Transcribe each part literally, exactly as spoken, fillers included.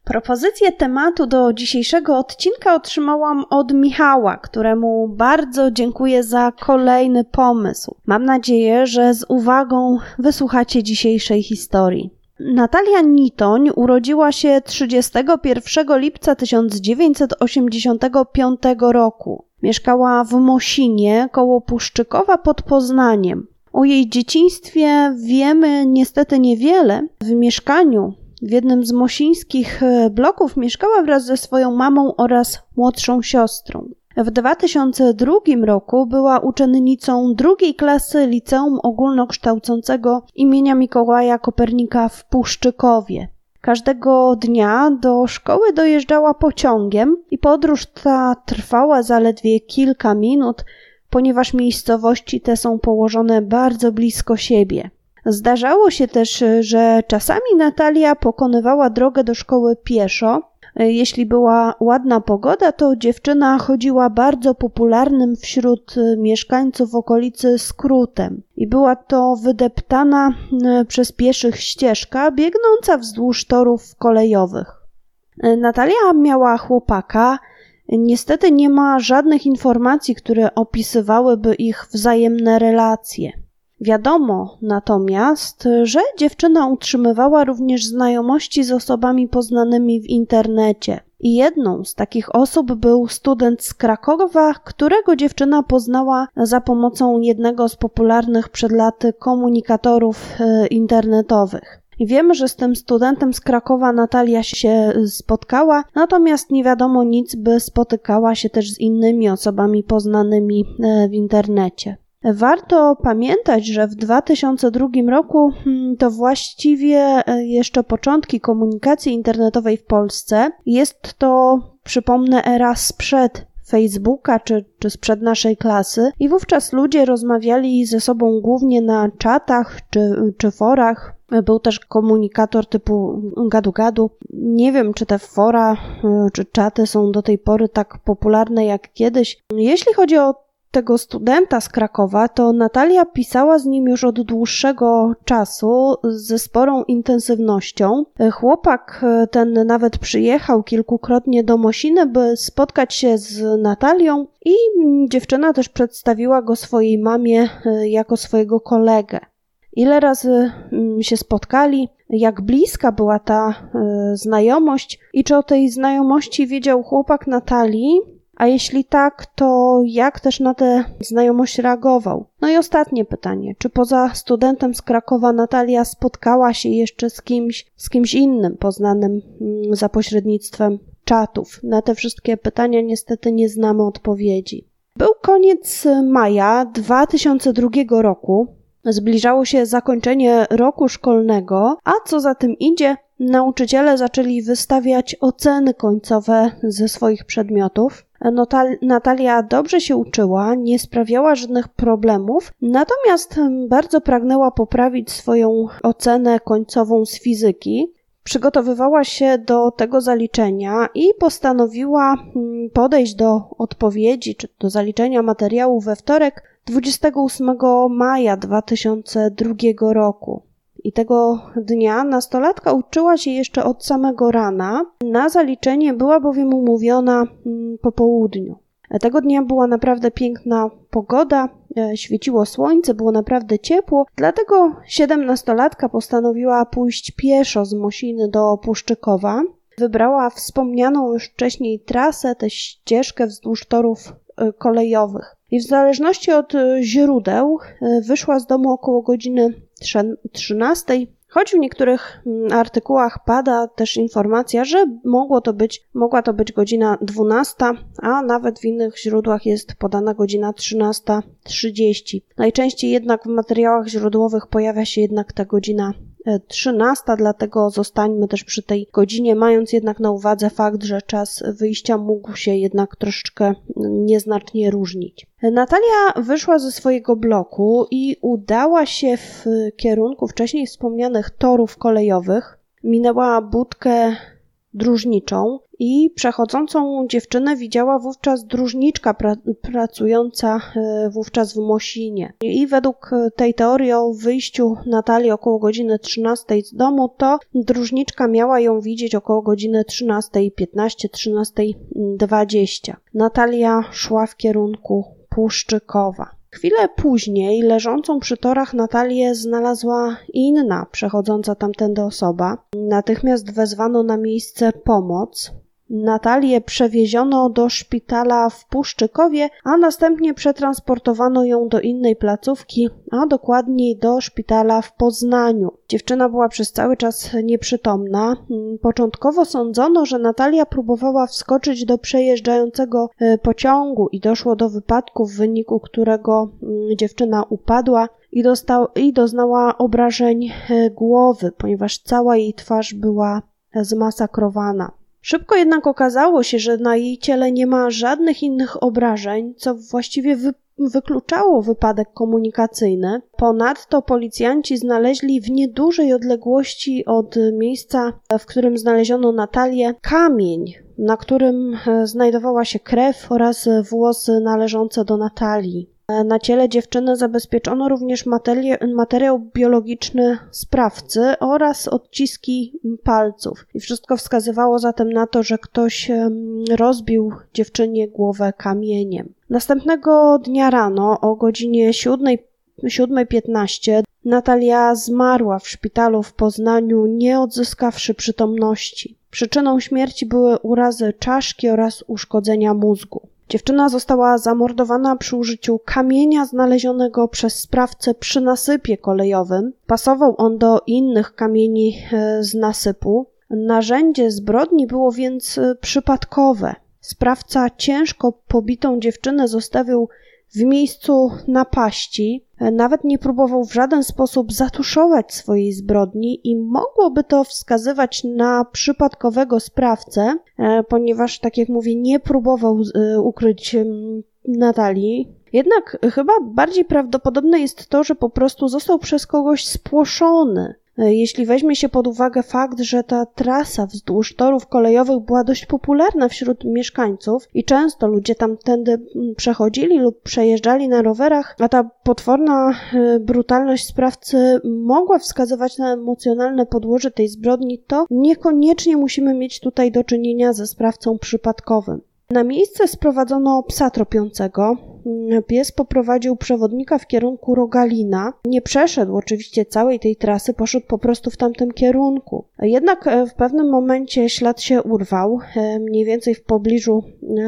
Propozycję tematu do dzisiejszego odcinka otrzymałam od Michała, któremu bardzo dziękuję za kolejny pomysł. Mam nadzieję, że z uwagą wysłuchacie dzisiejszej historii. Natalia Nitoń urodziła się trzydziestego pierwszego lipca tysiąc dziewięćset osiemdziesiątego piątego roku. Mieszkała w Mosinie koło Puszczykowa pod Poznaniem. O jej dzieciństwie wiemy niestety niewiele. W mieszkaniu w jednym z mosińskich bloków mieszkała wraz ze swoją mamą oraz młodszą siostrą. W dwa tysiące drugim roku była uczennicą drugiej klasy Liceum Ogólnokształcącego imienia Mikołaja Kopernika w Puszczykowie. Każdego dnia do szkoły dojeżdżała pociągiem i podróż ta trwała zaledwie kilka minut, ponieważ miejscowości te są położone bardzo blisko siebie. Zdarzało się też, że czasami Natalia pokonywała drogę do szkoły pieszo. Jeśli była ładna pogoda, to dziewczyna chodziła bardzo popularnym wśród mieszkańców okolicy skrótem i była to wydeptana przez pieszych ścieżka biegnąca wzdłuż torów kolejowych. Natalia miała chłopaka. Niestety nie ma żadnych informacji, które opisywałyby ich wzajemne relacje. Wiadomo natomiast, że dziewczyna utrzymywała również znajomości z osobami poznanymi w internecie. I jedną z takich osób był student z Krakowa, którego dziewczyna poznała za pomocą jednego z popularnych przed laty komunikatorów internetowych. I wiemy, że z tym studentem z Krakowa Natalia się spotkała, natomiast nie wiadomo nic, by spotykała się też z innymi osobami poznanymi w internecie. Warto pamiętać, że w dwa tysiące drugim roku to właściwie jeszcze początki komunikacji internetowej w Polsce. Jest to, przypomnę, era sprzed Facebooka czy, czy sprzed naszej klasy i wówczas ludzie rozmawiali ze sobą głównie na czatach czy, czy forach. Był też komunikator typu gadu-gadu. Nie wiem, czy te fora czy czaty są do tej pory tak popularne jak kiedyś. Jeśli chodzi o tego studenta z Krakowa, to Natalia pisała z nim już od dłuższego czasu ze sporą intensywnością. Chłopak ten nawet przyjechał kilkukrotnie do Mosiny, by spotkać się z Natalią i dziewczyna też przedstawiła go swojej mamie jako swojego kolegę. Ile razy się spotkali, jak bliska była ta znajomość i czy o tej znajomości wiedział chłopak Natalii, a jeśli tak, to jak też na tę znajomość reagował? No i ostatnie pytanie, czy poza studentem z Krakowa Natalia spotkała się jeszcze z kimś, z kimś innym poznanym za pośrednictwem czatów? Na te wszystkie pytania niestety nie znamy odpowiedzi. Był koniec maja dwa tysiące drugiego roku, zbliżało się zakończenie roku szkolnego, a co za tym idzie, nauczyciele zaczęli wystawiać oceny końcowe ze swoich przedmiotów. Natalia dobrze się uczyła, nie sprawiała żadnych problemów, natomiast bardzo pragnęła poprawić swoją ocenę końcową z fizyki. Przygotowywała się do tego zaliczenia i postanowiła podejść do odpowiedzi czy do zaliczenia materiału we wtorek, dwudziestego ósmego maja dwa tysiące drugiego roku. I tego dnia nastolatka uczyła się jeszcze od samego rana. Na zaliczenie była bowiem umówiona po południu. Tego dnia była naprawdę piękna pogoda, świeciło słońce, było naprawdę ciepło, dlatego siedemnastolatka postanowiła pójść pieszo z Mosiny do Puszczykowa. Wybrała wspomnianą już wcześniej trasę, tę ścieżkę wzdłuż torów kolejowych. I w zależności od źródeł wyszła z domu około godziny trzynastej, choć w niektórych artykułach pada też informacja, że mogło to być, mogła to być godzina dwunasta, a nawet w innych źródłach jest podana godzina trzynasta trzydzieści. Najczęściej jednak w materiałach źródłowych pojawia się jednak ta godzina trzynasta, dlatego zostańmy też przy tej godzinie, mając jednak na uwadze fakt, że czas wyjścia mógł się jednak troszeczkę nieznacznie różnić. Natalia wyszła ze swojego bloku i udała się w kierunku wcześniej wspomnianych torów kolejowych. Minęła budkę dróżniczą i przechodzącą dziewczynę widziała wówczas dróżniczka pra- pracująca wówczas w Mosinie. I według tej teorii o wyjściu Natalii około godziny trzynastej z domu, to dróżniczka miała ją widzieć około godziny trzynasta piętnaście, trzynasta dwadzieścia. Natalia szła w kierunku Puszczykowa. Chwilę później leżącą przy torach Natalię znalazła inna przechodząca tamtędy osoba. Natychmiast wezwano na miejsce pomoc. Natalię przewieziono do szpitala w Puszczykowie, a następnie przetransportowano ją do innej placówki, a dokładniej do szpitala w Poznaniu. Dziewczyna była przez cały czas nieprzytomna. Początkowo sądzono, że Natalia próbowała wskoczyć do przejeżdżającego pociągu i doszło do wypadku, w wyniku którego dziewczyna upadła i, dostał, i doznała obrażeń głowy, ponieważ cała jej twarz była zmasakrowana. Szybko jednak okazało się, że na jej ciele nie ma żadnych innych obrażeń, co właściwie wy- wykluczało wypadek komunikacyjny. Ponadto policjanci znaleźli w niedużej odległości od miejsca, w którym znaleziono Natalię, kamień, na którym znajdowała się krew oraz włosy należące do Natalii. Na ciele dziewczyny zabezpieczono również materie- materiał biologiczny sprawcy oraz odciski palców. I wszystko wskazywało zatem na to, że ktoś rozbił dziewczynie głowę kamieniem. Następnego dnia rano o godzinie siódma piętnaście Natalia zmarła w szpitalu w Poznaniu, nie odzyskawszy przytomności. Przyczyną śmierci były urazy czaszki oraz uszkodzenia mózgu. Dziewczyna została zamordowana przy użyciu kamienia znalezionego przez sprawcę przy nasypie kolejowym. Pasował on do innych kamieni z nasypu. Narzędzie zbrodni było więc przypadkowe. Sprawca ciężko pobitą dziewczynę zostawił w miejscu napaści. Nawet nie próbował w żaden sposób zatuszować swojej zbrodni i mogłoby to wskazywać na przypadkowego sprawcę, ponieważ, tak jak mówię, nie próbował ukryć Natalii. Jednak chyba bardziej prawdopodobne jest to, że po prostu został przez kogoś spłoszony. Jeśli weźmie się pod uwagę fakt, że ta trasa wzdłuż torów kolejowych była dość popularna wśród mieszkańców i często ludzie tamtędy przechodzili lub przejeżdżali na rowerach, a ta potworna brutalność sprawcy mogła wskazywać na emocjonalne podłoże tej zbrodni, to niekoniecznie musimy mieć tutaj do czynienia ze sprawcą przypadkowym. Na miejsce sprowadzono psa tropiącego. Pies poprowadził przewodnika w kierunku Rogalina. Nie przeszedł oczywiście całej tej trasy, poszedł po prostu w tamtym kierunku. Jednak w pewnym momencie ślad się urwał, mniej więcej w pobliżu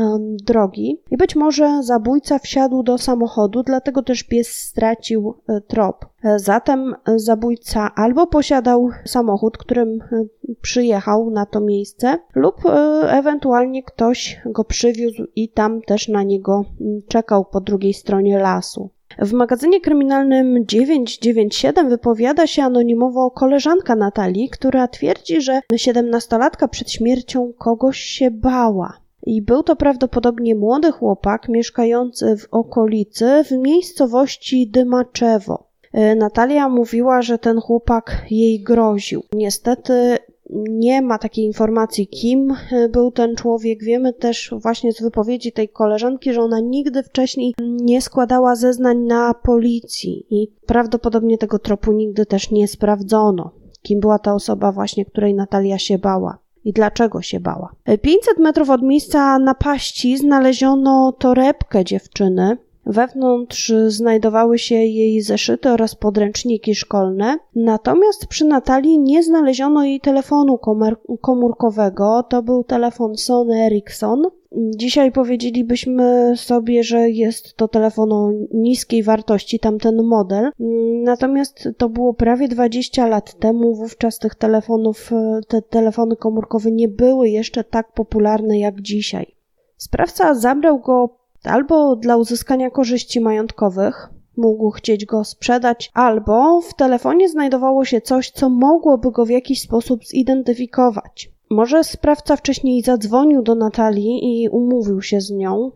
drogi i być może zabójca wsiadł do samochodu, dlatego też pies stracił trop. Zatem zabójca albo posiadał samochód, którym przyjechał na to miejsce, lub ewentualnie ktoś go przywiózł i tam też na niego czekał po drugiej stronie lasu. W magazynie kryminalnym dziewięćset dziewięćdziesiąt siedem wypowiada się anonimowo koleżanka Natalii, która twierdzi, że siedemnastolatka przed śmiercią kogoś się bała. I był to prawdopodobnie młody chłopak mieszkający w okolicy w miejscowości Dymaczewo. Natalia mówiła, że ten chłopak jej groził. Niestety nie ma takiej informacji, kim był ten człowiek. Wiemy też właśnie z wypowiedzi tej koleżanki, że ona nigdy wcześniej nie składała zeznań na policji i prawdopodobnie tego tropu nigdy też nie sprawdzono. Kim była ta osoba właśnie, której Natalia się bała i dlaczego się bała. pięćset metrów od miejsca napaści znaleziono torebkę dziewczyny. Wewnątrz znajdowały się jej zeszyty oraz podręczniki szkolne, natomiast przy Natalii nie znaleziono jej telefonu komórkowego, to był telefon Sony Ericsson. Dzisiaj powiedzielibyśmy sobie, że jest to telefon o niskiej wartości, tamten model, natomiast to było prawie dwadzieścia lat temu, wówczas tych telefonów, te telefony komórkowe nie były jeszcze tak popularne jak dzisiaj. Sprawca zabrał go albo dla uzyskania korzyści majątkowych, mógł chcieć go sprzedać, albo w telefonie znajdowało się coś, co mogłoby go w jakiś sposób zidentyfikować. Może sprawca wcześniej zadzwonił do Natalii i umówił się z nią.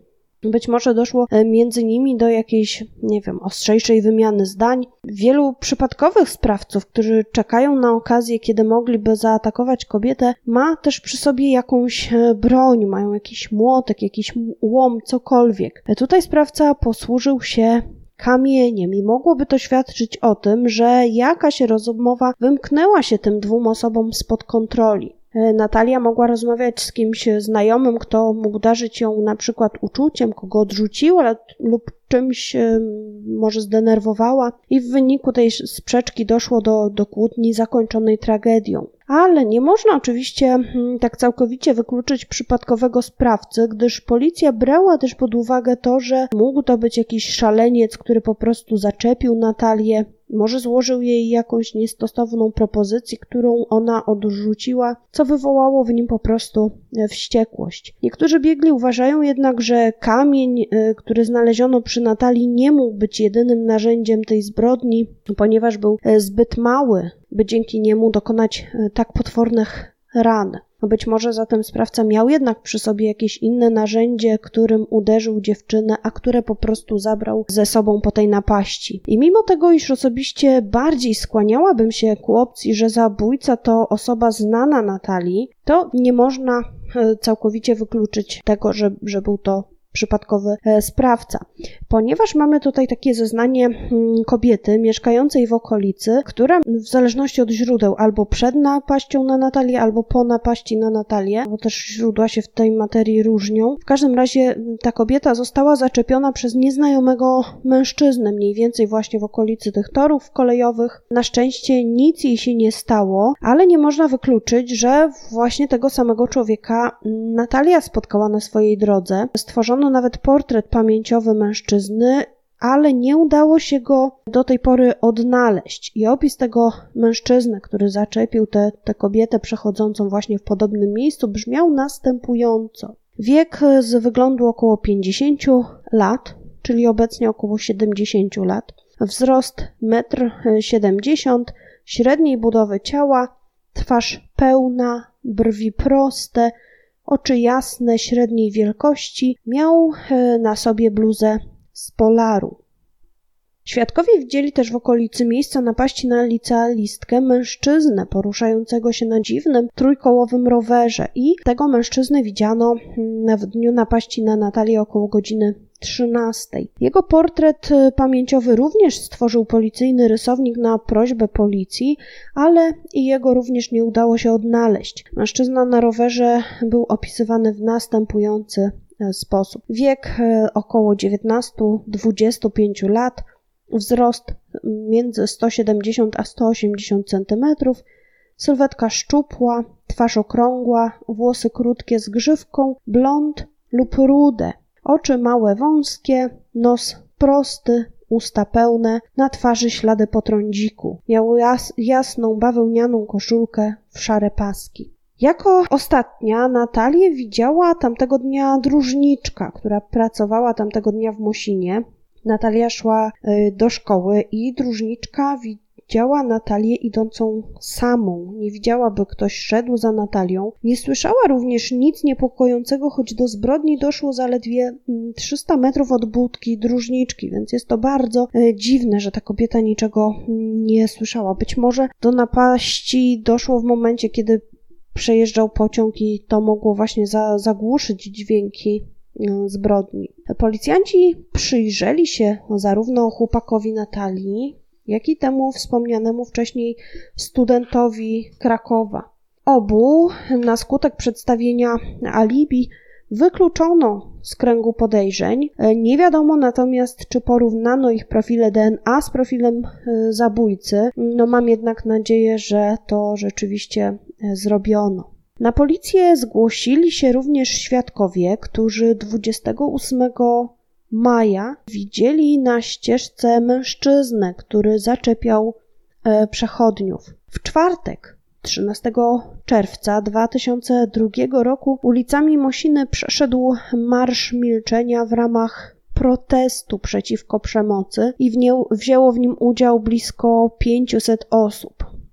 Być może doszło między nimi do jakiejś, nie wiem, ostrzejszej wymiany zdań. Wielu przypadkowych sprawców, którzy czekają na okazję, kiedy mogliby zaatakować kobietę, ma też przy sobie jakąś broń, mają jakiś młotek, jakiś łom, cokolwiek. Tutaj sprawca posłużył się kamieniem i mogłoby to świadczyć o tym, że jakaś rozmowa wymknęła się tym dwóm osobom spod kontroli. Natalia mogła rozmawiać z kimś znajomym, kto mógł darzyć ją na przykład uczuciem, kogo odrzuciła lub czymś może zdenerwowała i w wyniku tej sprzeczki doszło do, do kłótni zakończonej tragedią. Ale nie można oczywiście tak całkowicie wykluczyć przypadkowego sprawcy, gdyż policja brała też pod uwagę to, że mógł to być jakiś szaleniec, który po prostu zaczepił Natalię, może złożył jej jakąś niestosowną propozycję, którą ona odrzuciła, co wywołało w nim po prostu wściekłość. Niektórzy biegli uważają jednak, że kamień, który znaleziono przy Natalii, nie mógł być jedynym narzędziem tej zbrodni, ponieważ był zbyt mały, by dzięki niemu dokonać tak potwornych ran. Być może zatem sprawca miał jednak przy sobie jakieś inne narzędzie, którym uderzył dziewczynę, a które po prostu zabrał ze sobą po tej napaści. I mimo tego, iż osobiście bardziej skłaniałabym się ku opcji, że zabójca to osoba znana Natalii, to nie można całkowicie wykluczyć tego, że, że był to przypadkowy sprawca. Ponieważ mamy tutaj takie zeznanie kobiety mieszkającej w okolicy, która w zależności od źródeł albo przed napaścią na Natalię, albo po napaści na Natalię, bo też źródła się w tej materii różnią. W każdym razie ta kobieta została zaczepiona przez nieznajomego mężczyznę, mniej więcej właśnie w okolicy tych torów kolejowych. Na szczęście nic jej się nie stało, ale nie można wykluczyć, że właśnie tego samego człowieka Natalia spotkała na swojej drodze. Stworzono nawet portret pamięciowy mężczyzny, ale nie udało się go do tej pory odnaleźć. I opis tego mężczyzny, który zaczepił tę kobietę przechodzącą właśnie w podobnym miejscu, brzmiał następująco. Wiek z wyglądu około pięćdziesięciu lat, czyli obecnie około siedemdziesięciu lat. Wzrost metr siedemdziesiąt, średniej budowy ciała, twarz pełna, brwi proste, oczy jasne, średniej wielkości, miał na sobie bluzę z polaru. Świadkowie widzieli też w okolicy miejsca napaści na licealistkę mężczyznę poruszającego się na dziwnym, trójkołowym rowerze i tego mężczyznę widziano w dniu napaści na Natalię około godziny trzynastej. Jego portret pamięciowy również stworzył policyjny rysownik na prośbę policji, ale i jego również nie udało się odnaleźć. Mężczyzna na rowerze był opisywany w następujący sposób. Wiek około dziewiętnaście do dwudziestu pięciu lat, wzrost między sto siedemdziesiąt a sto osiemdziesiąt centymetrów, sylwetka szczupła, twarz okrągła, włosy krótkie z grzywką, blond lub rude, oczy małe, wąskie, nos prosty, usta pełne, na twarzy ślady po trądziku. Miał jas- jasną, bawełnianą koszulkę w szare paski. Jako ostatnia Natalię widziała tamtego dnia dróżniczka, która pracowała tamtego dnia w Mosinie. Natalia szła do szkoły i dróżniczka widziała Natalię idącą samą. Nie widziała, by ktoś szedł za Natalią. Nie słyszała również nic niepokojącego, choć do zbrodni doszło zaledwie trzysta metrów od budki dróżniczki, więc jest to bardzo dziwne, że ta kobieta niczego nie słyszała. Być może do napaści doszło w momencie, kiedy przejeżdżał pociąg i to mogło właśnie za, zagłuszyć dźwięki zbrodni. Policjanci przyjrzeli się zarówno chłopakowi Natalii, jak i temu wspomnianemu wcześniej studentowi Krakowa. Obu na skutek przedstawienia alibi wykluczono z kręgu podejrzeń. Nie wiadomo natomiast, czy porównano ich profile D N A z profilem zabójcy. No mam jednak nadzieję, że to rzeczywiście zrobiono. Na policję zgłosili się również świadkowie, którzy dwudziestego ósmego maja widzieli na ścieżce mężczyznę, który zaczepiał e, przechodniów. W czwartek, trzynastego czerwca dwa tysiące drugiego roku ulicami Mosiny przeszedł Marsz Milczenia w ramach protestu przeciwko przemocy i w nie, wzięło w nim udział blisko pięciuset osób.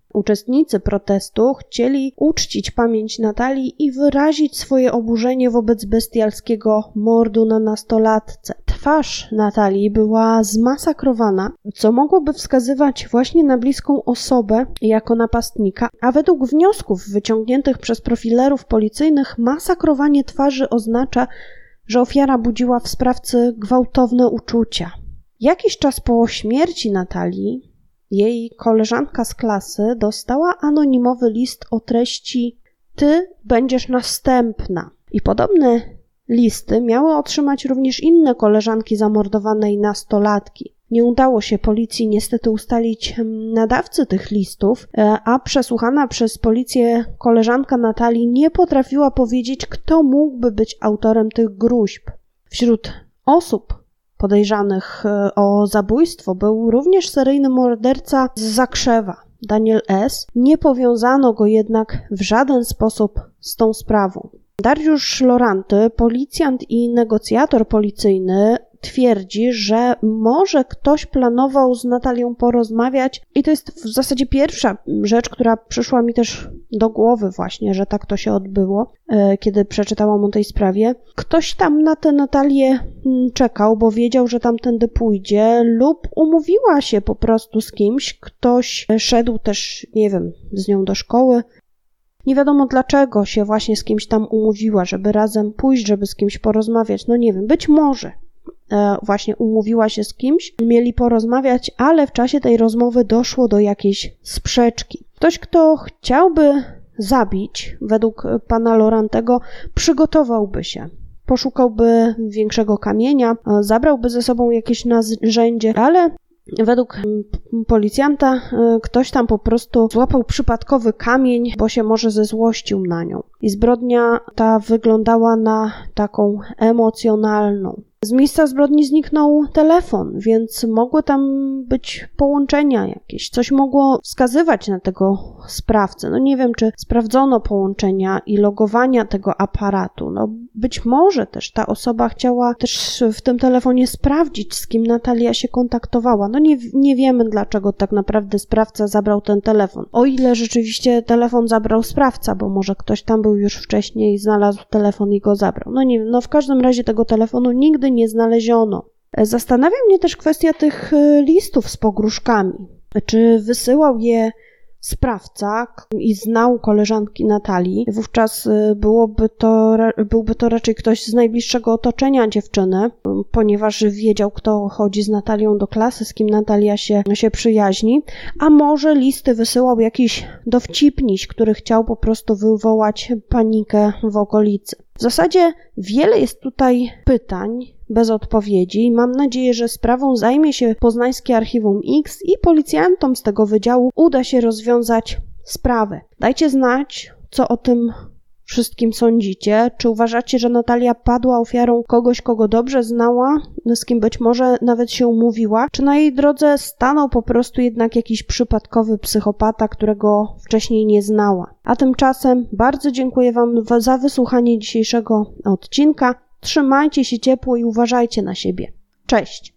Uczestnicy protestu chcieli uczcić pamięć Natalii i wyrazić swoje oburzenie wobec bestialskiego mordu na nastolatce. Twarz Natalii była zmasakrowana, co mogłoby wskazywać właśnie na bliską osobę jako napastnika, a według wniosków wyciągniętych przez profilerów policyjnych masakrowanie twarzy oznacza, że ofiara budziła w sprawcy gwałtowne uczucia. Jakiś czas po śmierci Natalii jej koleżanka z klasy dostała anonimowy list o treści „Ty będziesz następna” i podobne listy miały otrzymać również inne koleżanki zamordowanej nastolatki. Nie udało się policji niestety ustalić nadawcy tych listów, a przesłuchana przez policję koleżanka Natalii nie potrafiła powiedzieć, kto mógłby być autorem tych gróźb. Wśród osób podejrzanych o zabójstwo był również seryjny morderca z Zakrzewa, Daniel S. Nie powiązano go jednak w żaden sposób z tą sprawą. Dariusz Loranty, policjant i negocjator policyjny, twierdzi, że może ktoś planował z Natalią porozmawiać i to jest w zasadzie pierwsza rzecz, która przyszła mi też do głowy właśnie, że tak to się odbyło, kiedy przeczytałam o tej sprawie. Ktoś tam na tę Natalię czekał, bo wiedział, że tamtędy pójdzie lub umówiła się po prostu z kimś, ktoś szedł też, nie wiem, z nią do szkoły. Nie wiadomo dlaczego się właśnie z kimś tam umówiła, żeby razem pójść, żeby z kimś porozmawiać. No nie wiem, być może e, właśnie umówiła się z kimś, mieli porozmawiać, ale w czasie tej rozmowy doszło do jakiejś sprzeczki. Ktoś, kto chciałby zabić, według pana Lorantego, przygotowałby się. Poszukałby większego kamienia, zabrałby ze sobą jakieś narzędzie, ale według policjanta ktoś tam po prostu złapał przypadkowy kamień, bo się może zezłościł na nią. I zbrodnia ta wyglądała na taką emocjonalną. Z miejsca zbrodni zniknął telefon, więc mogły tam być połączenia jakieś. Coś mogło wskazywać na tego sprawcę. No nie wiem, czy sprawdzono połączenia i logowania tego aparatu. No być może też ta osoba chciała też w tym telefonie sprawdzić, z kim Natalia się kontaktowała. No nie, nie wiemy, dlaczego tak naprawdę sprawca zabrał ten telefon. O ile rzeczywiście telefon zabrał sprawca, bo może ktoś tam był już wcześniej, znalazł telefon i go zabrał. No nie wiem, no w każdym razie tego telefonu nigdy nie znaleziono. Zastanawia mnie też kwestia tych listów z pogróżkami. Czy wysyłał je sprawca i znał koleżanki Natalii? Wówczas byłoby to, byłby to raczej ktoś z najbliższego otoczenia dziewczyny, ponieważ wiedział, kto chodzi z Natalią do klasy, z kim Natalia się, się przyjaźni. A może listy wysyłał jakiś dowcipniś, który chciał po prostu wywołać panikę w okolicy. W zasadzie wiele jest tutaj pytań bez odpowiedzi. Mam nadzieję, że sprawą zajmie się Poznańskie Archiwum X i policjantom z tego wydziału uda się rozwiązać sprawę. Dajcie znać, co o tym wszystkim sądzicie. Czy uważacie, że Natalia padła ofiarą kogoś, kogo dobrze znała, z kim być może nawet się umówiła? Czy na jej drodze stanął po prostu jednak jakiś przypadkowy psychopata, którego wcześniej nie znała? A tymczasem bardzo dziękuję Wam za wysłuchanie dzisiejszego odcinka. Trzymajcie się ciepło i uważajcie na siebie. Cześć!